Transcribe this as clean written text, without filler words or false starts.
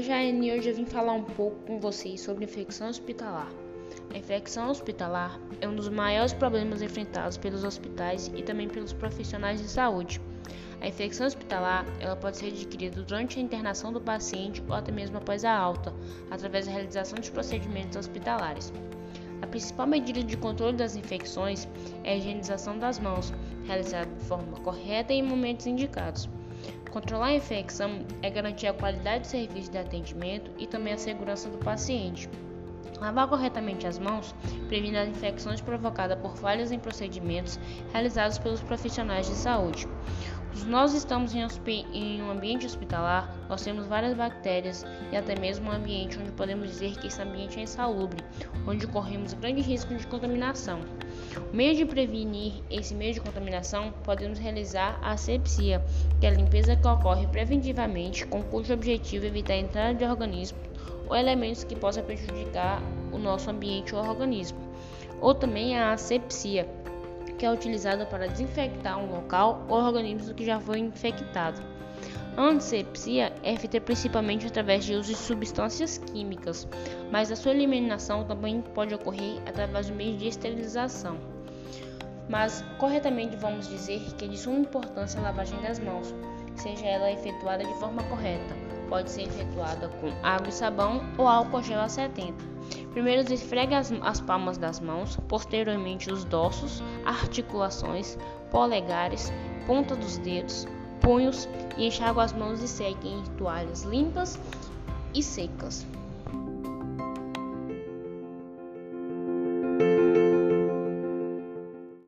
Jaine, hoje eu vim falar um pouco com vocês sobre infecção hospitalar. A infecção hospitalar é um dos maiores problemas enfrentados pelos hospitais e também pelos profissionais de saúde. A infecção hospitalar ela pode ser adquirida durante a internação do paciente ou até mesmo após a alta, através da realização de procedimentos hospitalares. A principal medida de controle das infecções é a higienização das mãos, realizada de forma correta e em momentos indicados. Controlar a infecção é garantir a qualidade do serviço de atendimento e também a segurança do paciente. Lavar corretamente as mãos previne as infecções provocadas por falhas em procedimentos realizados pelos profissionais de saúde. Se nós estamos em um ambiente hospitalar, nós temos várias bactérias e até mesmo um ambiente onde podemos dizer que esse ambiente é insalubre, onde corremos grande risco de contaminação. O meio de prevenir esse meio de contaminação, podemos realizar a asepsia, que é a limpeza que ocorre preventivamente, com cujo objetivo é evitar a entrada de organismos ou elementos que possam prejudicar o nosso ambiente ou organismo. Ou também a asepsia, que é utilizada para desinfectar um local ou organismo que já foi infectado. A antisepsia é feita principalmente através de uso de substâncias químicas, mas a sua eliminação também pode ocorrer através do meio de esterilização. Mas corretamente vamos dizer que é de suma importância a lavagem das mãos, seja ela efetuada de forma correta. Pode ser efetuada com água e sabão ou álcool gel a 70. Primeiro esfrega as palmas das mãos, posteriormente os dorsos, articulações, polegares, ponta dos dedos, punhos e enxágue as mãos e seque em toalhas limpas e secas.